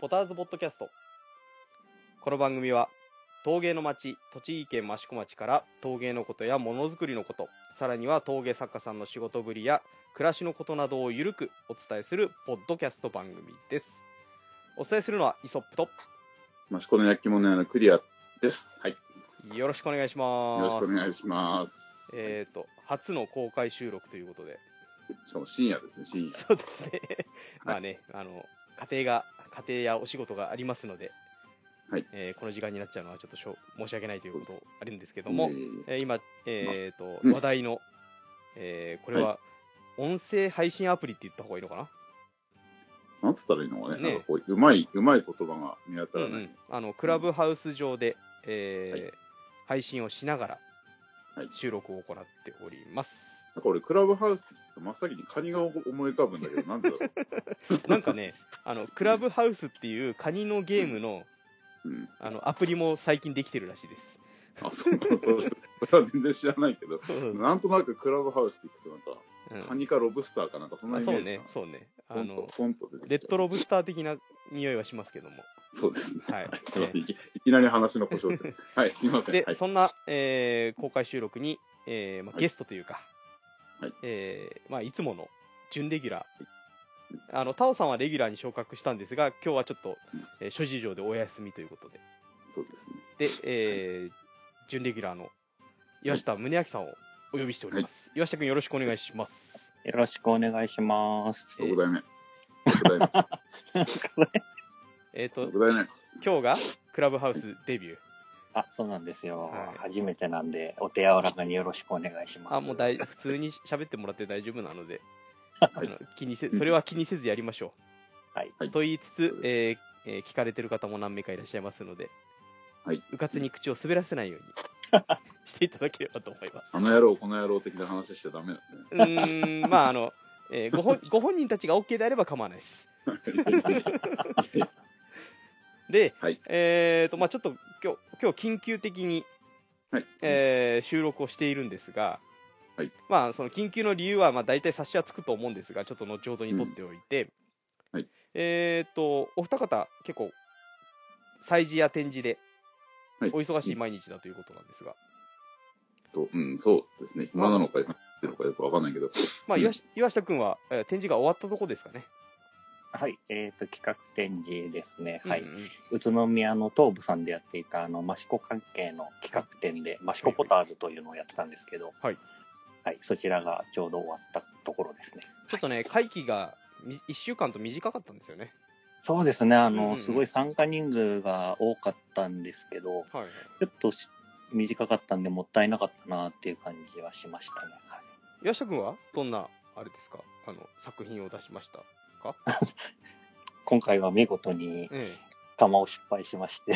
ポターズポッドキャスト。この番組は陶芸の町、栃木県益子町から陶芸のことやものづくりのこと、さらには陶芸作家さんの仕事ぶりや暮らしのことなどをゆるくお伝えするポッドキャスト番組です。お伝えするのはイソップと益子の焼き物屋のクリアです。はい。 よろしくお願いします。 よろしくお願いします。 初の公開収録ということで。 しかも深夜ですね、深夜。 そうですね。まあね、家庭やお仕事がありますので、はい、この時間になっちゃうのはちょっと申し訳ないということあるんですけども、今、話題の、これは音声配信アプリって言った方がいいのかな。 なんつったらいいのかね。なんかこううまい言葉が見当たらない。 クラブハウス上で、配信をしながら収録を行っております。 なんか俺クラブハウスって真っ先にカニが思い浮かぶんだけど、なんでだろう。なんかね、クラブハウスっていうカニのゲームの、アプリも最近できてるらしいです。 あ、そうなの。それは全然知らないけど、なんとなくクラブハウスって聞くとなんか、カニかロブスターかなんかそんなイメージ。 そうね。 ポンと出てきたレッドロブスター的な匂いはしますけども。 そうですね。はい。すみません。いきなり話の故障で。はい、すみません。 で、そんな、公開収録に、ゲストというか、いつもの準レギュラー、タオさんはレギュラーに昇格したんですが、今日はちょっと、諸事情でお休みということで。 そうですね。 で、準レギュラーの岩下宗明さんをお呼びしております。岩下君よろしくお願いします。 よろしくお願いします。 6代目。 今日がクラブハウスデビュー。 あ、そうなんですよ。初めてなんで、お手柔らかによろしくお願いします。 もう普通に喋ってもらって大丈夫なので、それは気にせずやりましょう。はい。 と言いつつ、聞かれてる方も何名かいらっしゃいますので、うかつに口を滑らせないようにしていただければと思います。 あの野郎この野郎的な話しちゃダメだね。 まあご本人たちが OK であれば構わないです。で、ちょっと今日緊急的に、収録をしているんですが、その緊急の理由は大体察しはつくと思うんですが、ちょっと後ほどにとっておいて、お二方結構催事や展示でお忙しい毎日だということなんですが、 そうですね。今なのか忙しいのかよくわかんないけど、 岩下君は、展示が終わったとこですかね。 はい、企画展示ですね。はい、宇都宮の東部さんでやっていた益子関係の企画展で、益子ポターズというのをやってたんですけど、そちらがちょうど終わったところですね。 ちょっとね、会期が1週間と短かったんですよね。 そうですね。すごい参加人数が多かったんですけど、ちょっと短かったんでもったいなかったなっていう感じはしましたね。 岩下君はどんなあれですか、作品を出しましたか？ 今回は見事に釜を失敗しまして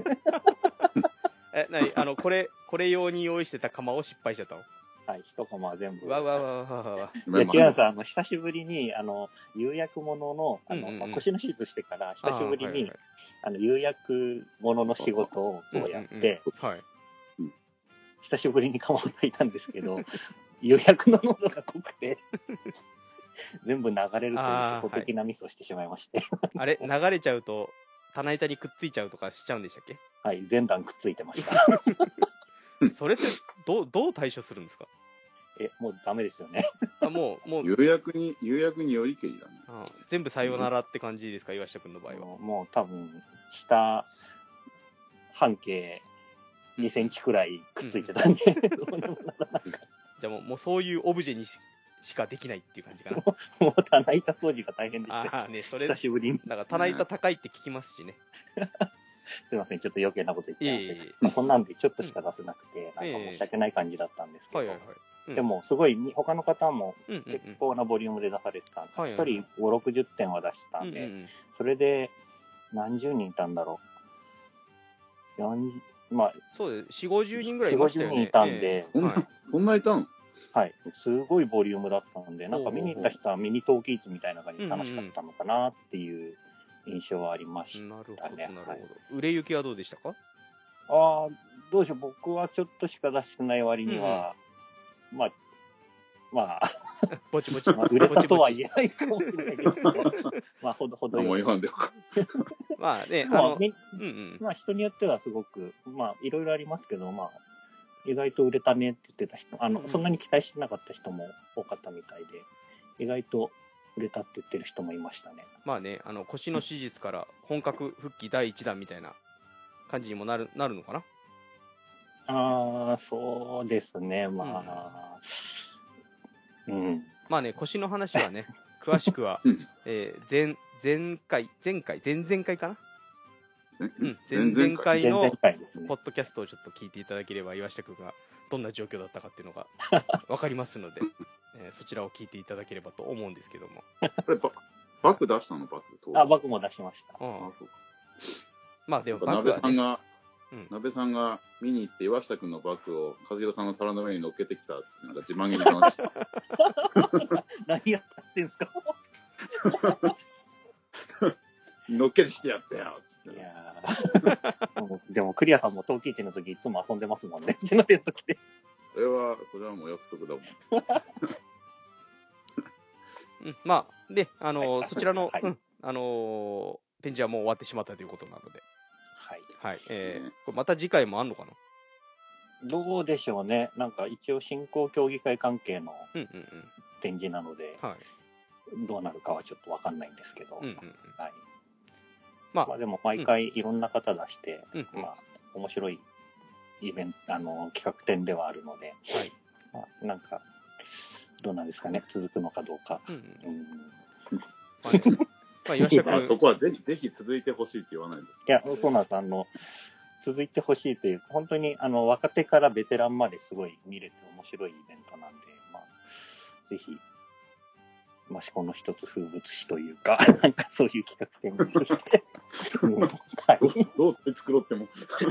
これ用に用意してた釜を失敗しちゃったの？ はい、一釜は全部。 違うんです。久しぶりに釉薬物の腰の手術してから久しぶりに釉薬物の仕事をやって、久しぶりに釜を炊いたんですけど、釉薬の濃度が濃くて全部流れるという初歩的なミスをしてしまいましてあれ流れちゃうと棚板にくっついちゃうとかしちゃうんでしたっけ？ はい、全段くっついてましたそれってどう対処するんですか？ もうダメですよねもう釉薬によりけりだね。 全部さよならって感じですか？岩下君の場合は。 もう多分下半径2センチくらいくっついてたんで、 じゃあもうそういうオブジェにしかできないっていう感じかな。 もう棚板掃除が大変でした。 それ久しぶりに。 だから棚板高いって聞きますしね。 すいません、ちょっと余計なこと言ってます。そんなんでちょっとしか出せなくて、なんか申し訳ない感じだったんですけど、でもすごい他の方も結構なボリュームで出されてたんで、1人5、60点は出してたんで、それで何十人いたんだろう。 そうです。4、50人ぐらいいましたよね。 4、50人いたんで、 そんないたの？ はい、すごいボリュームだったので、なんか見に行った人はミニ陶器市みたいな感じで楽しかったのかなっていう印象はありましたね。 なるほど。売れ行きはどうでしたか？ どうでしょう、僕はちょっとしか出してない割には、 ぼちぼち、 売れたとは言えないかもしれないけど、ほどよい。 まあね、 まあ人によってはすごく、まあいろいろありますけど、まあ意外と売れたねって言ってた人、そんなに期待してなかった人も多かったみたいで、意外と売れたって言ってる人もいましたね。 まあね、腰の手術から本格復帰第1弾みたいな感じにもなるのかな。 そうですね、まあ、 まあね、腰の話はね、詳しくは、前々回かな。前々回のポッドキャストをちょっと聞いていただければ、岩下君がどんな状況だったかっていうのが分かりますので、そちらを聞いていただければと思うんですけども。 これバク出したの？バクバクも出しました。 そうか。 まあでもバクはね、 鍋さんが見に行って岩下君のバッグを和弘さんの皿の上に乗っけてきたっつってなんか自慢げに話して何やってんすか乗っけてきてやったよっつって。 いやでもクリアさんも陶器市の時いつも遊んでますもんね。うちの時でそれはもう約束だもん。 まあでそちらの、展示はもう終わってしまったということなので、はい、これまた次回もあんのかな。 どうでしょうね。なんか一応振興協議会関係の展示なので、どうなるかはちょっと分かんないんですけど、まあでも毎回いろんな方出して、まあ面白いイベント企画展ではあるので、まあ、なんかどうなんですかね、続くのかどうか。 そこはぜひ続いてほしいって言わないで。 いや、そうなんです。続いてほしいという、本当に若手からベテランまですごい見れて面白いイベントなんで、まあ、ぜひ、益子の一つ風物詩というか、なんかそういう企画展として。 どう作ろうっても。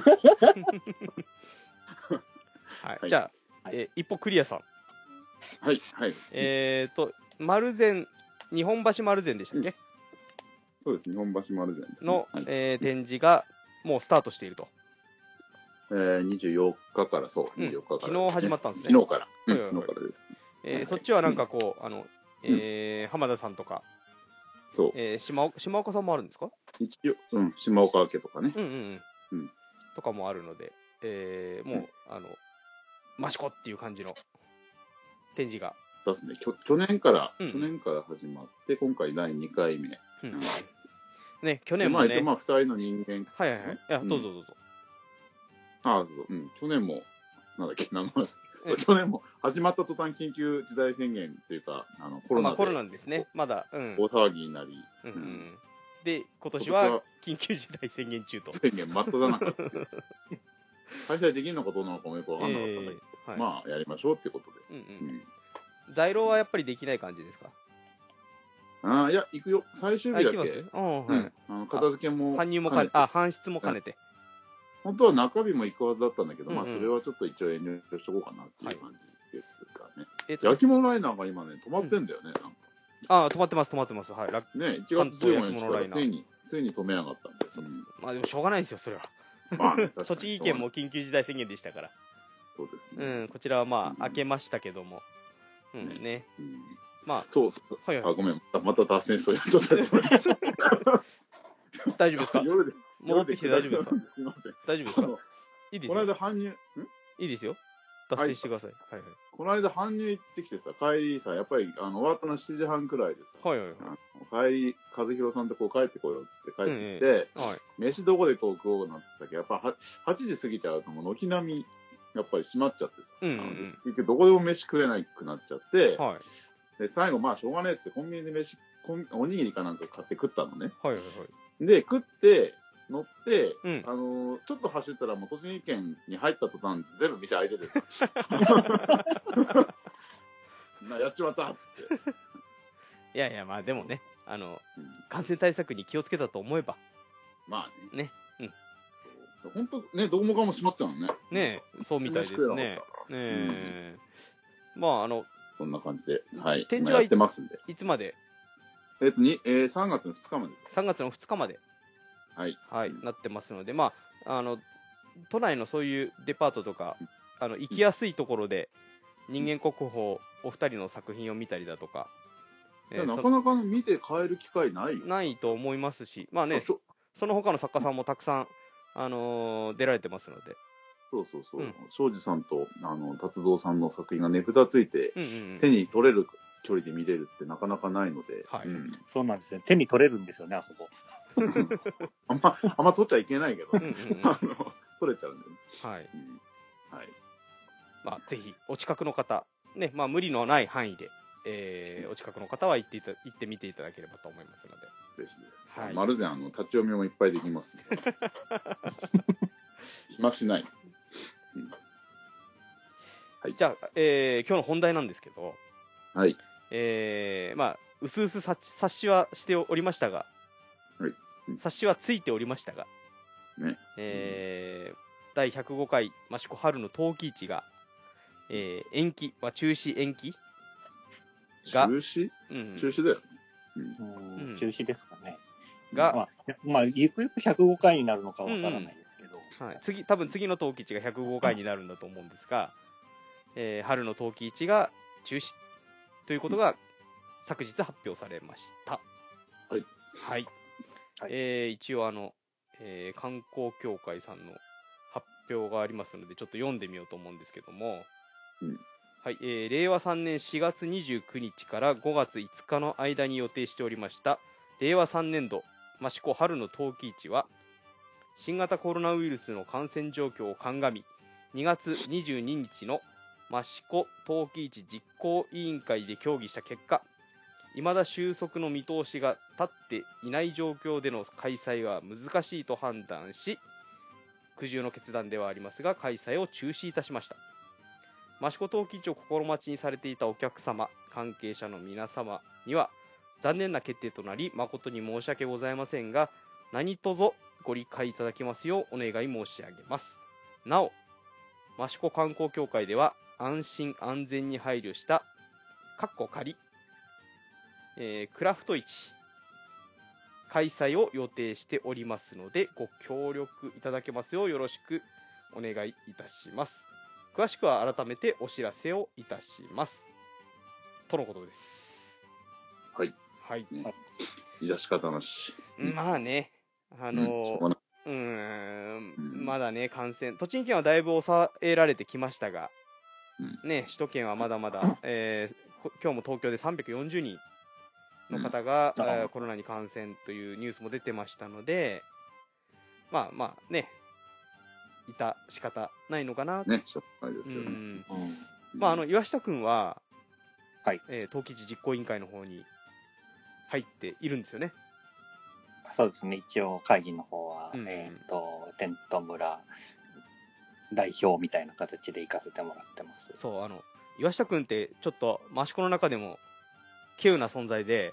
じゃあ、一歩クリアさん。丸善、日本橋丸善でしたっけ？ そうです、日本橋丸善の展示がもうスタートしていると。 24日から、そう、24日から。 昨日始まったんですね。 昨日からです。 そっちはなんかこう、浜田さんとか、島岡さんもあるんですか？ 一応、島岡家とかね。 とかもあるので、もう、益子っていう感じの展示が。 ですね。去年から始まって、今回第2回目。 ね、去年もね。 まあ、2人の人間。 いや、どうぞ。 去年も、なんだっけ、去年も始まった途端緊急事態宣言っていうか、コロナですね。まだ、 大騒ぎになり。 で、今年は緊急事態宣言中と。 宣言真っ只中。開催できるのかどうなのかもよく分かんなかったんだけど、まあ、やりましょうってことで。 在廊はやっぱりできない感じですか？ いや、行くよ。最終日だけ。片付けも。 搬出も兼ねて。 本当は中日も行くはずだったんだけど、まあそれはちょっと一応遠慮しとこうかなっていう感じっていうかね。焼き物ライナーが今ね、止まってんだよね。 止まってます。はい。 ね、1月15日からついに止めやがったんで。 まあでもしょうがないですよ、それは。まあ、栃木県も緊急事態宣言でしたから。 そうですね。 こちらはまあ、明けましたけども。まあ、 そう。ごめん、また脱線しそうになっちゃった。 大丈夫ですか？戻ってきて大丈夫ですか？ すみません。 大丈夫ですか？いいですよ。 この間搬入、 いいですよ。脱線してください。 この間搬入行ってきてさ、帰りさ、やっぱり終わったの7時半くらいでさ、帰り、和弘さんとこう帰ってこようっつって帰ってきて、飯どこで食おうなんつったけど、やっぱ8時過ぎちゃうともう軒並み、やっぱり閉まっちゃってさ、結局どこでも飯食えなくなっちゃって、で最後まあしょうがねえってコンビニでおにぎりかなんか買って食ったのね。で食って乗って、ちょっと走ったらもう栃木県に入った途端全部店開いててさやっちまったっつっていやまあでもね感染対策に気をつけたと思えばまあね本当ねどこもかも閉まっちゃうのね。 ねそうみたいですね。まあそんな感じで展示はやってますんで。 いつまで ？3月の2日まで。 3月の2日までなってますので、まあ都内のそういうデパートとか行きやすいところで人間国宝お二人の作品を見たりだとか、 なかなか見て買える機会ないよ。 ないと思いますし、まあねその他の作家さんもたくさん、出られてますので。 そうそうそう。庄司さんと達郎さんの作品が値札ついて、手に取れる距離で見れるってなかなかないので。 そうなんですね。手に取れるんですよね、あそこ。 あんま取っちゃいけないけど、取れちゃうんでね。 はい。はい。まあ、ぜひ、お近くの方、ね、まあ、無理のない範囲で、お近くの方は行ってみていただければと思いますので。 ぜひです。はい。まるで立ち読みもいっぱいできますので。暇しない。 はい。じゃあ、今日の本題なんですけど、 はい。 まあ、うすうす察しはしておりましたが、 はい。 察しはついておりましたが、 ね。 第105回益子春の陶器市が、延期、中止延期が中止だよね。中止ですかね。 が、 まあ、ゆくゆく105回になるのかわからないですけど、 はい、多分次の陶器市が105回になるんだと思うんですが、春の陶器市が中止ということが昨日発表されました。 はい。 はい。一応観光協会さんの発表がありますので、ちょっと読んでみようと思うんですけども、はい、令和3年4月29日から5月5日の間に予定しておりました令和3年度益子春の陶器市は、新型コロナウイルスの感染状況を鑑み2月22日の益子陶器市実行委員会で協議した結果、未だ収束の見通しが立っていない状況での開催は難しいと判断し、苦渋の決断ではありますが開催を中止いたしました。益子陶器市を心待ちにされていたお客様、関係者の皆様には残念な決定となり誠に申し訳ございませんが、何卒ご理解いただきますようお願い申し上げます。なお、益子観光協会では安心安全に配慮した仮、クラフト市開催を予定しておりますので、ご協力いただけますようよろしくお願いいたします。詳しくは改めてお知らせをいたしますとのことです。 はいはい。 致し方なし。 まあね、まだね、感染、栃木県はだいぶ抑えられてきましたが、ね、首都圏はまだまだ、今日も東京で340人の方が、コロナに感染というニュースも出てましたので、まあね、仕方ないのかな。 ね、しょっぱいですよね。 まあ岩下くんは、 はい、 陶器市実行委員会の方に入っているんですよね。 そうですね。一応会議の方は、テント村代表みたいな形で行かせてもらってます。 そう、岩下くんってちょっと益子の中でも稀有な存在で、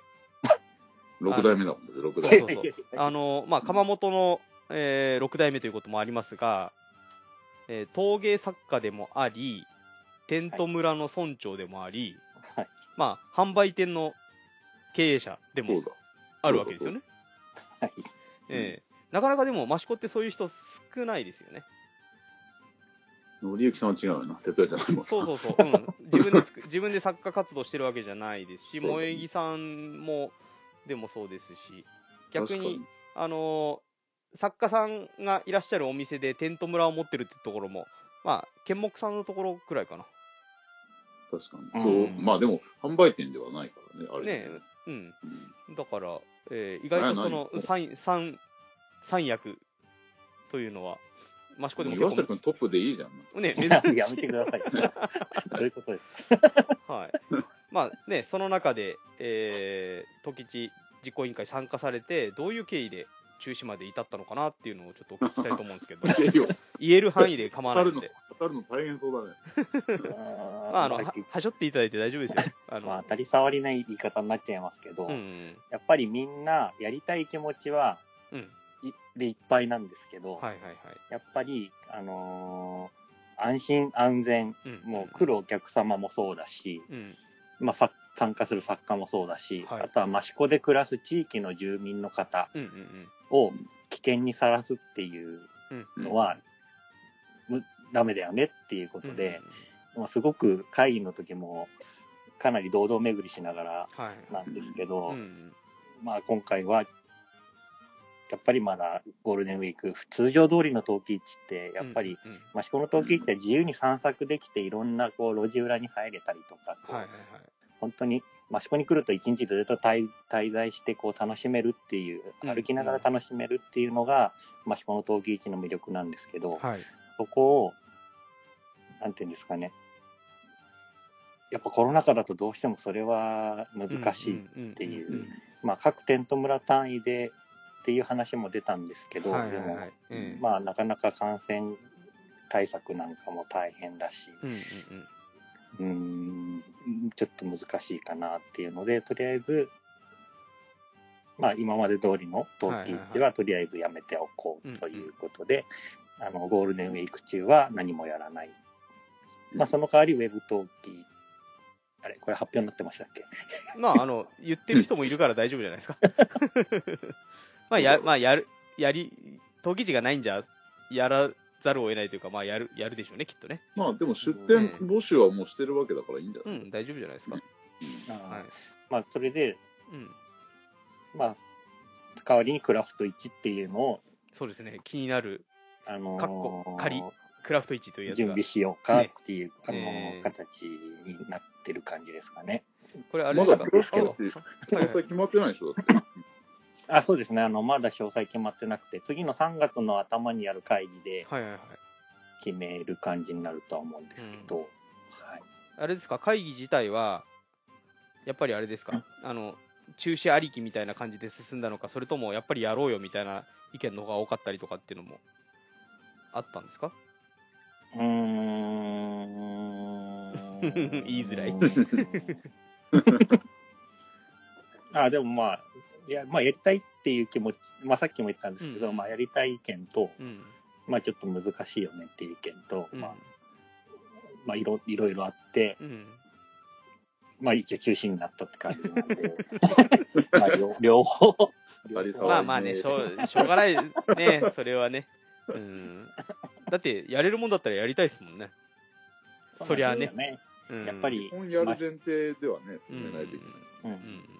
6代目だもんね。6 代目。そうまあ窯元の、6代目ということもありますが、陶芸作家でもあり、テント村の村長でもあり、 はい、 まあ販売店の経営者でもあるわけですよね。 はい。 なかなかでも益子ってそういう人少ないですよね。 のりゆきさんは違うよな、瀬戸屋じゃないもん。 そう、自分で作家活動してるわけじゃないですし、萌木さんもでもそうですし、逆に作家さんがいらっしゃるお店でテント村を持ってるってところも、まあ剣木さんのところくらいかな。 確かに。そう、まあでも販売店ではないからね、あれね。だから、意外とその三役というのは益子でも岩下君トップでいいじゃん。 ね、珍しい。やめてください。どういうことですか。はい。まあね、その中で、陶器市実行委員会参加されて、どういう経緯で中止まで至ったのかなっていうのをちょっとお聞きしたいと思うんですけど、言える範囲で構わないので。 語るの大変そうだね。 まあはしょっていただいて大丈夫ですよ。 当たり障りない言い方になっちゃいますけど、やっぱりみんなやりたい気持ちは、でいっぱいなんですけど、やっぱり、安心安全、もう来るお客様もそうだし、まあ、参加する作家もそうだし、あとは益子で暮らす地域の住民の方を危険にさらすっていうのは、ダメだよねっていうことで、すごく会議の時もかなり堂々巡りしながらなんですけど、まあ今回はやっぱりまだゴールデンウィーク、通常通りの陶器市って、やっぱり、益子の陶器市って自由に散策できて、いろんなこう路地裏に入れたりとか、本当に益子に来ると一日ずっと滞在してこう楽しめるっていう、歩きながら楽しめるっていうのが、益子の陶器市の魅力なんですけど、そこを、なんていうんですかね、やっぱコロナ禍だとどうしてもそれは難しいっていう、まあ各テント村単位でっていう話も出たんですけど、でも、まあなかなか感染対策なんかも大変だし、ちょっと難しいかなっていうので、とりあえず、まあ今まで通りの陶器市はとりあえずやめておこうということで、ゴールデンウィーク中は何もやらない。まあその代わりウェブ陶器、あれこれ発表になってましたっけ？ まあ言ってる人もいるから大丈夫じゃないですか。陶器市がないんじゃやらざるを得ないというか、まあやるでしょうね、きっとね。 まあでも出店募集はもうしてるわけだからいいんだよね。 大丈夫じゃないですか。 まあそれで、まあ代わりにクラフト1っていうのを、 そうですね、気になる仮クラフト1というやつが準備しようかっていう、形になってる感じですかね。 これあれですけど、 詳細決まってないでしょ、だって。 そうですね、まだ詳細決まってなくて、次の3月の頭にやる会議で決める感じになるとは思うんですけど、 あれですか、会議自体はやっぱりあれですか、中止ありきみたいな感じで進んだのか、それともやっぱりやろうよみたいな意見の方が多かったりとかっていうのもあったんですか？言いづらい。 でもまあやりたいっていう気持ち、さっきも言ったんですけど、やりたい意見と、ちょっと難しいよねっていう意見と、いろいろあって、一応中止になったって感じなんで、両方。 まあね、しょうがないね、それはね。だってやれるもんだったらやりたいですもんね。そりゃね。 やっぱり。 基本やる前提ではね、進めないといけない。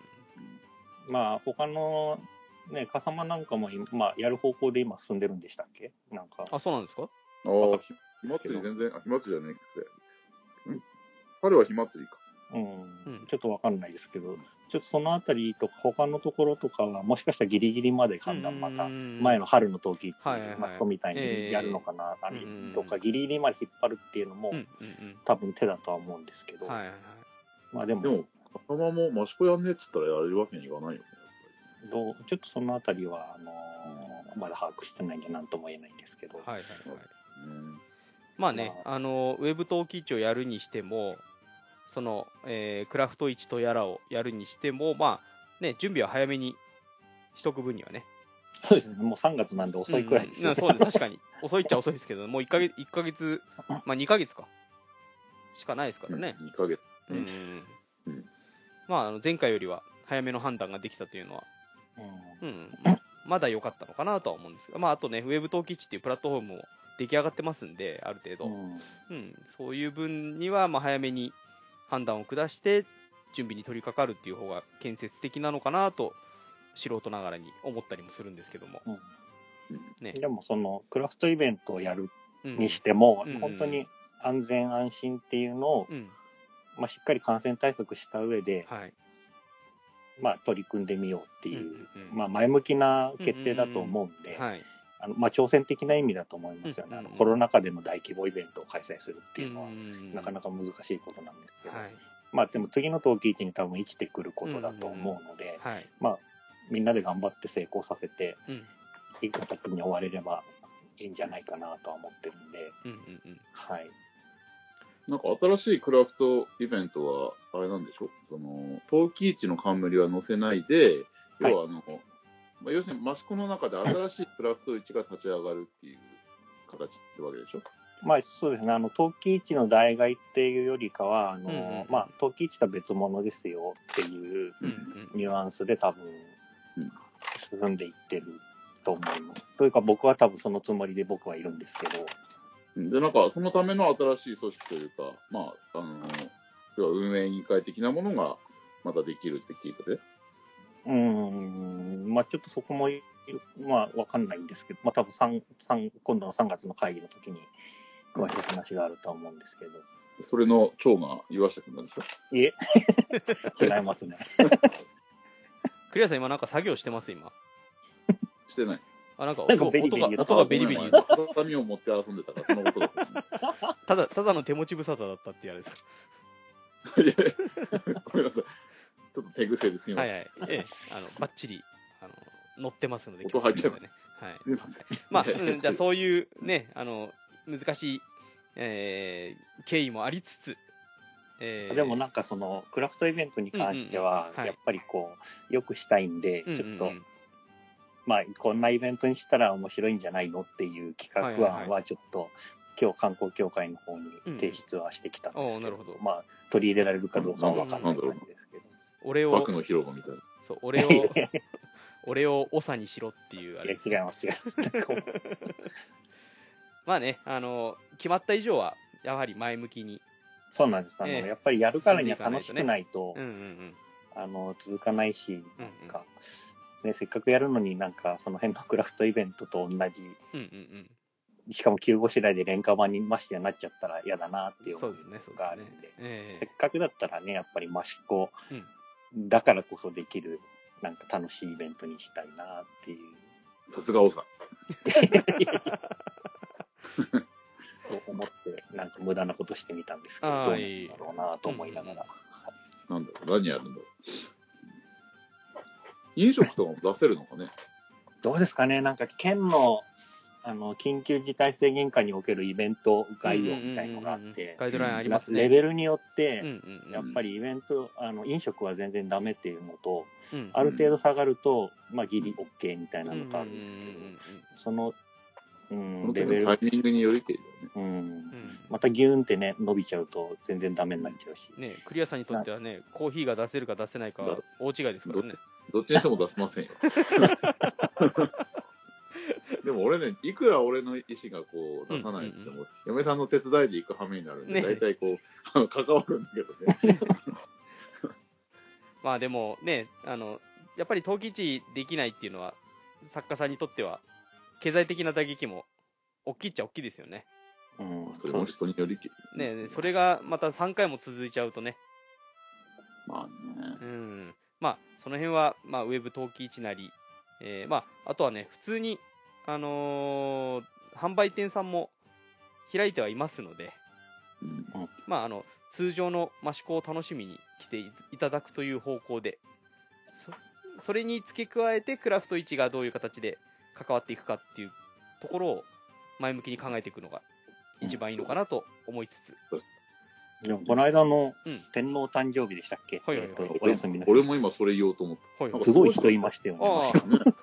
他のね、笠間なんかもやる方向で今進んでるんでしたっけ？なんか。 そうなんですか？ 火祭り全然、火祭りじゃなくて。春は火祭りか。 ちょっとわかんないですけど、ちょっとそのあたりとか他のところとかはもしかしたらギリギリまで判断また前の春の陶器市みたいにやるのかなとかギリギリまで引っ張るっていうのも多分手だとは思うんですけど、でも笠間も益子やんねっつったらやれるわけにいかないよね。 ちょっとそのあたりはまだ把握してないんで何とも言えないんですけど、 まあね、ウェブ陶器市をやるにしてもその、クラフト市とやらをやるにしても、準備は早めにしとく分にはね。 そうですね、もう3月なんで遅いくらいですよね。 そう確かに遅いっちゃ遅いですけど、もう1ヶ月、2ヶ月かしかないですからね。 2ヶ月。 前回よりは早めの判断ができたというのは、まだ良かったのかなとは思うんですが、あとね、ウェブ陶器市っていうプラットフォームも出来上がってますんで、ある程度、そういう分には早めに判断を下して準備に取り掛かるっていう方が建設的なのかなと素人ながらに思ったりもするんですけども、 でもそのクラフトイベントをやるにしても、本当に安全安心っていうのを、しっかり感染対策した上で、取り組んでみようっていう、前向きな決定だと思うんで、挑戦的な意味だと思いますよね。コロナ禍での大規模イベントを開催するっていうのはなかなか難しいことなんですけど、でも次の陶器市に多分生きてくることだと思うので、みんなで頑張って成功させて、いい形に終われればいいんじゃないかなとは思ってるんで、 なんか新しいクラフトイベントはあれなんでしょ？その陶器市の冠は載せないで、要は要するに益子の中で新しいクラフト市が立ち上がるっていう形ってわけでしょ？ そうですね。陶器市の代替っていうよりかは陶器市とは別物ですよっていうニュアンスで多分進んでいってると思います。というか僕は多分そのつもりで僕はいるんですけど。 で、なんかそのための新しい組織というか、要は運営委員会的なものがまたできるって聞いてて。 まあちょっとそこも、まあわかんないんですけど、まあ多分今度の3月の会議の時に詳しい話があるとは思うんですけど。 それの長が岩下君なんでしょ？ いえ、違いますね。 クリアさん今なんか作業してます今？ してない。 なんかなんかベリベリ音がベリベリ。 畳を持って遊んでたからそのことだただの手持ち無沙汰だったってやつですか？ いやごめんなさい。ちょっと手癖ですよ。 はいはい。バッチリ乗ってますので。 音入っちゃいます。 はい。 すみません。 まあ、じゃあそういうね難しい、経緯もありつつ。 でもなんかそのクラフトイベントに関してはやっぱりこうよくしたいんで、ちょっとまあこんなイベントにしたら面白いんじゃないのっていう企画案はちょっと今日観光協会の方に提出はしてきたんですけど、まあ取り入れられるかどうかは分かんない感じですけど、 枠の広場みたいな。 そう俺を長にしろっていうあれ。 違いますまあね決まった以上はやはり前向きに。 そうなんです。やっぱりやるからには楽しくないと続かないし、なんかね、せっかくやるのになんかその辺のクラフトイベントと同じ、しかも急ごしらいで廉価版にましてやなっちゃったら嫌だなっていう思いがあるんで、せっかくだったらねやっぱり益子だからこそできるなんか楽しいイベントにしたいなっていう。 さすが王さん。 と思ってなんか無駄なことしてみたんですけど、どうなんだろうなと思いながら。 なんだろう、何やるんだろう。飲食とかも出せるのかね。 どうですかね。なんか県の緊急事態宣言下におけるイベントガイドみたいのがあって、 ガイドラインありますね。 レベルによってやっぱりイベント飲食は全然ダメっていうのと、ある程度下がるとまあギリ OK みたいなのがあるんですけど、そのレベルタイミングによりけどね。 またギューンってね伸びちゃうと全然ダメになっちゃうし。 ね、クリアさんにとってはねコーヒーが出せるか出せないかは大違いですからね。 どっちにしても出せませんよ。でも俺ね、いくら俺の意思がこう出さないっても、嫁さんの手伝いで行く羽目になるんで、大体こう関わるんだけどね。 まあでもねやっぱり陶器市できないっていうのは作家さんにとっては経済的な打撃も大きいっちゃ大きいですよね。 それも人によりきりね。それがまた3回も続いちゃうとね。 まあね。 まあその辺はまあウェブ陶器市なり、まああとはね普通に販売店さんも開いてはいますので、まあ通常の益子を楽しみに来ていただくという方向で、それに付け加えてクラフト市がどういう形で関わっていくかっていうところを前向きに考えていくのが一番いいのかなと思いつつ、 でもこの間の天皇誕生日でしたっけ、お休みの日。 俺も今それ言おうと思った。 すごい人いましたよね。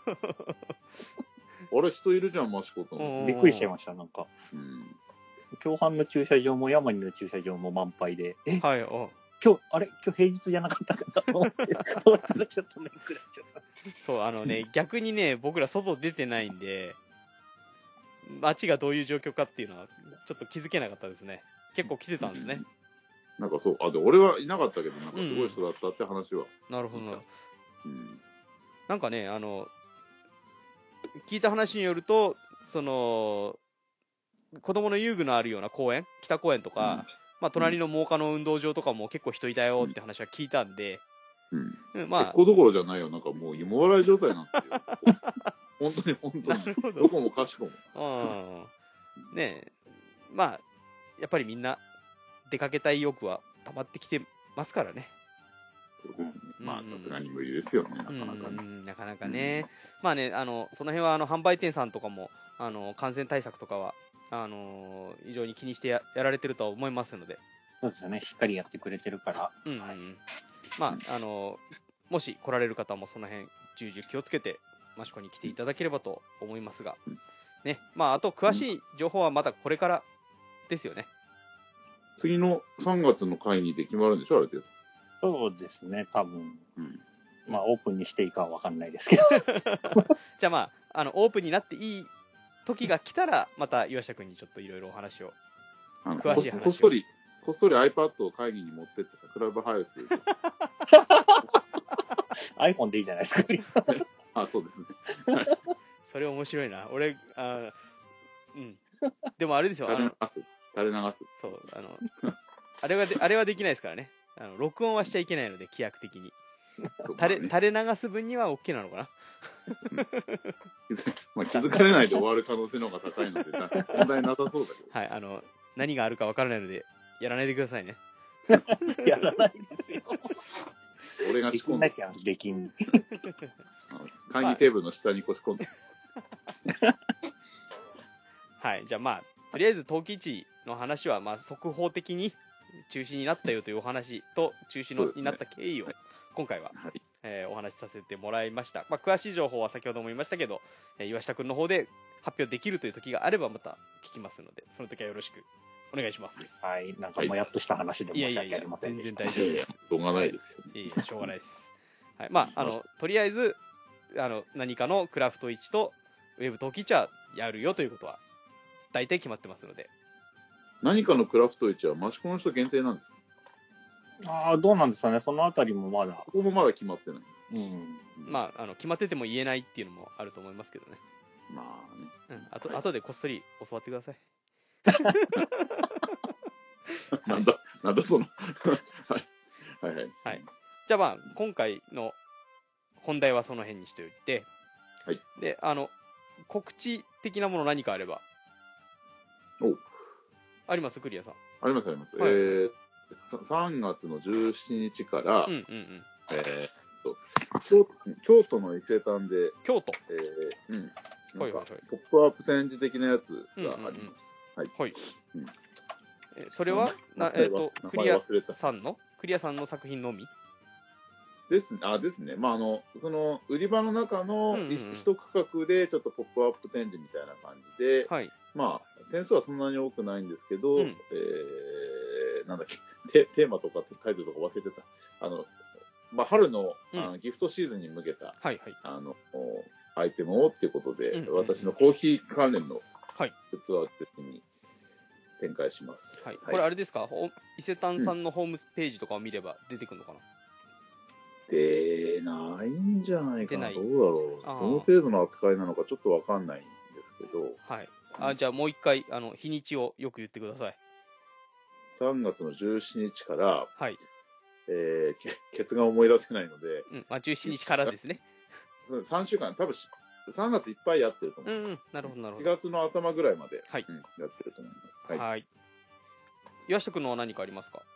あれ人いるじゃん益子と。 びっくりしちゃいました。なんか共犯の駐車場も山にの駐車場も満杯で、今日平日じゃなかったかなと思ってちょっとねくらっちゃった。 そう逆にね僕ら外出てないんで街がどういう状況かっていうのはちょっと気づけなかったですね。結構来てたんですね。 なんかそうで俺はいなかったけどなんかすごい人だったって話は。 なるほど。なんかね聞いた話によるとその子供の遊具のあるような公園、北公園とか、まあ隣の真岡の運動場とかも結構人いたよって話は聞いたんで、 まあ結構どころじゃないよ。なんかもう芋洗い状態になってるよ。本当にどこもかしこも。 ねえ、まあやっぱりみんな出かけたい欲は溜まってきてますからね。 そうですね。まあさすがに無理ですよね。 なかなかね。まあねその辺は販売店さんとかも感染対策とかは非常に気にしてやられてるとは思いますので。 そうですよね。しっかりやってくれてるから。 まあもし来られる方もその辺重々気をつけて益子に来ていただければと思いますが、ね。まああと詳しい情報はまだこれからですよね。 次の3月の会議で決まるんでしょ、ある程度。 そうですね、多分。まあオープンにしていいかは分かんないですけど。 じゃあまあオープンになっていい時が来たらまた岩下君にちょっといろいろお話を詳しい話をこっそり iPad を会議に持ってってさ、クラブハウスで iPhone でいいじゃないですか。 あ、そうですね。 それ面白いな。俺、でもあれですよ。 垂れ流す。 そう、あれはできないですからね。録音はしちゃいけないので、規約的に。垂れ流す分には OK なのかな。 まあ、気づかれないで終わる可能性の方が高いので、問題なさそうだけど。 はい、何があるかわからないので、やらないでくださいね。 やらないですよ。 俺が仕込んで。 できん。 会議テーブルの下に腰込んで。 はい、じゃあまあ、とりあえず陶器市の話は、まあ、速報的に中止になったよというお話と、中止になった経緯を、今回は、お話しさせてもらいました。まあ、詳しい情報は先ほども言いましたけど、岩下くんの方で発表できるという時があればまた聞きますので、その時はよろしくお願いします。 はい、なんかもやっとした話で申し訳ありませんでした。 全然大丈夫です。 しょうがないですよね。しょうがないです。はい、まあ、とりあえず、何かのクラフト市とウェブ陶器市はやるよということは、大体決まってますので。 何かのクラフト市は益子の人限定なんですか？ ああ、どうなんですかね。そのあたりもまだ。 ここもまだ決まってない。 まあ、決まってても言えないっていうのもあると思いますけどね。 まあね。 後でこっそり教わってください。 なんだその。はい。 じゃあまあ、今回の本題はその辺にしておいて、 はい。 で、告知的なもの何かあれば。あります、クリアさん。 あります。3月の17日から、京都の伊勢丹で、 京都ポップアップ展示的なやつがあります。はい。 それは、クリアさんの作品のみですね。まあ、その売り場の中の一区画でちょっとポップアップ展示みたいな感じで、まあ、点数はそんなに多くないんですけど、なんだっけ、テーマとかタイトルとか忘れてた。まあ、春のギフトシーズンに向けた、アイテムをっていうことで、私のコーヒー関連のツアー的に展開します。 これあれですか、伊勢丹さんのホームページとかを見れば出てくるのかな？ 出ないんじゃないかな。どうだろう。どの程度の扱いなのかちょっとわかんないんですけど。 じゃあもう一回日にちをよく言ってください。 3月の17日から、ケツが思い出せないので、 17日からですね。 3週間、多分3月いっぱいやってると思います。 なるほど。 4月の頭ぐらいまで、やってると思います。 岩下君のは何かありますか？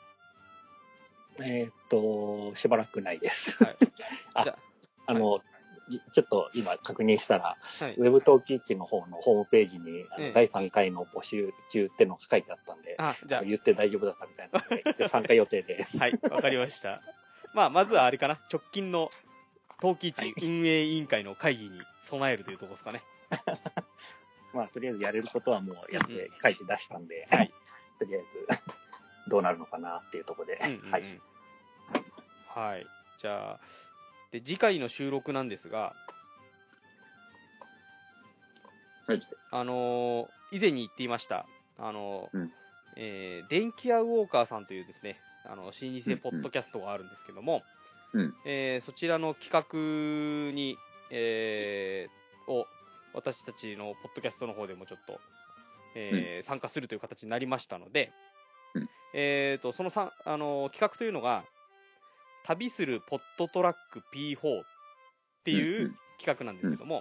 しばらくないです。ちょっと今確認したら、ウェブ陶器市の方のホームページに、第3回の募集中ってのが書いてあったんで、言って大丈夫だったみたいなので、参加予定です。 はい、わかりました。まずはあれかな、直近の陶器市運営委員会の会議に備えるというところですかね。 とりあえずやれることはもうやって、書いて出したんで、とりあえずどうなるのかなっていうところで、 じゃあで次回の収録なんですが、以前に言っていました電気屋ウォーカーさんというですね、老舗ポッドキャストがあるんですけども、そちらの企画に、を私たちのポッドキャストの方でもちょっと、参加するという形になりましたので、その企画というのが旅するポットトラック P4 っていう企画なんですけども、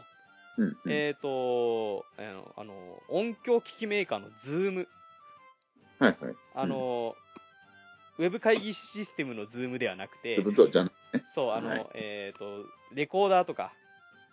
音響機器メーカーの Zoom、ウェブ会議システムの Zoom ではなくて、レコーダーとか、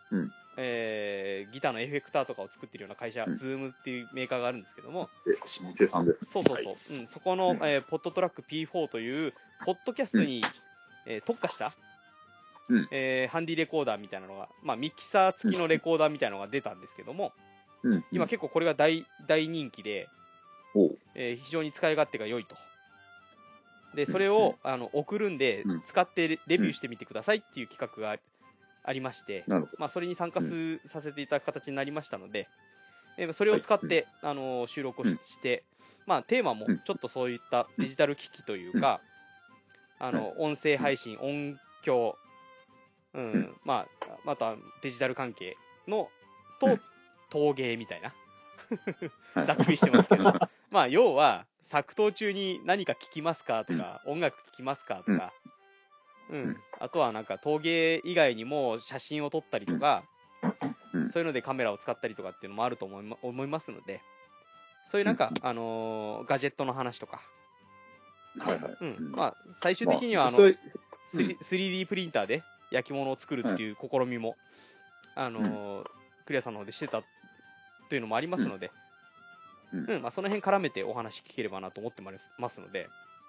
ギターのエフェクターとかを作ってるような会社、Zoom っていうメーカーがあるんですけども、 老舗さんです。 そこの、ポットトラック P4 というポッドキャストに、特化した、ハンディレコーダーみたいなのが、ミキサー付きのレコーダーみたいなのが出たんですけども、今結構これが大人気で、非常に使い勝手が良いと。でそれを送るんで、使ってレビューしてみてくださいっていう企画がありまして、それに参加させていただく形になりましたので、それを使って、収録をして、テーマもちょっとそういったデジタル機器というか、音声配信、音響またデジタル関係のと陶芸みたいなざっくりしてますけどまあ要は作陶中に何か聴きますかとか、音楽聴きますかとか、あとはなんか陶芸以外にも写真を撮ったりとか、そういうのでカメラを使ったりとかっていうのもあると思いますので、そういうなんか、ガジェットの話とか、まあ最終的には3D プリンターで焼き物を作るっていう試みもクリアさんの方でしてたというのもありますので、まあその辺絡めてお話聞ければなと思ってますので、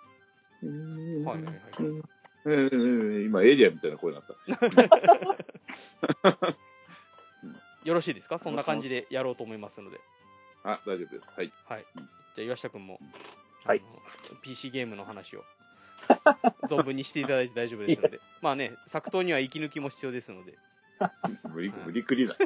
今エイリアンみたいな声になったよろしいですか？そんな感じでやろうと思いますので。 大丈夫です。はい。 はい。じゃあ岩下くんも、PC ゲームの話を存分にしていただいて大丈夫ですので、まあね、作陶には息抜きも必要ですので。 無理くりだ。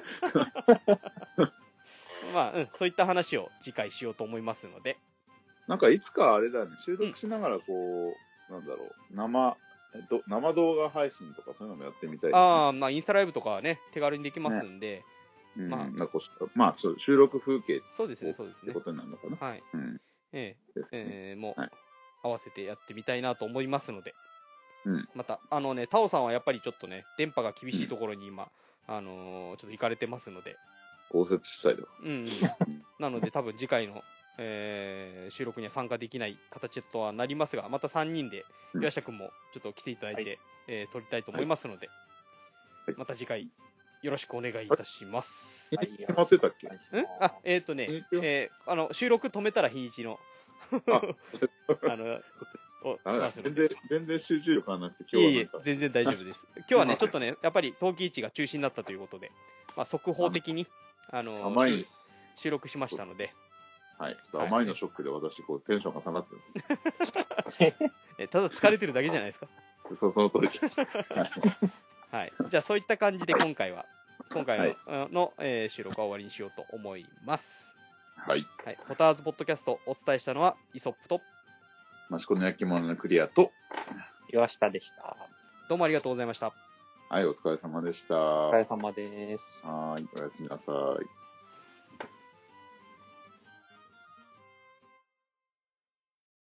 まあ、そういった話を次回しようと思いますので。 なんかいつかあれだね、収録しながらこう、なんだろう、生動画配信とかそういうのもやってみたい、ね。 まあインスタライブとかはね、手軽にできますんで。 まあ収録風景そうですねってことになるのかな。 はい。もう合わせてやってみたいなと思いますので。またタオさんはやっぱりちょっとね、電波が厳しいところに今ちょっと行かれてますので。 豪雪地帯だ。 なので多分次回の収録には参加できない形とはなりますが、また3人で岩下くんもちょっと来ていただいて撮りたいと思いますので、また次回よろしくお願いいたします。 決まってたっけ？ 収録止めたら日にちの全然集中力がなくて今日は全然大丈夫です。今日はねちょっとねやっぱり陶器市が中止になったということで、速報的に収録しましたので、 あまりのショックで私テンションが下がってますただ疲れてるだけじゃないですか。 その通りです。 じゃあそういった感じで今回の収録は終わりにしようと思います。ポターズポッドキャストお伝えしたのはイソップと益子の焼き物のクリアと岩下でした。 どうもありがとうございました。 お疲れ様でした。 お疲れ様です。 おやすみなさい。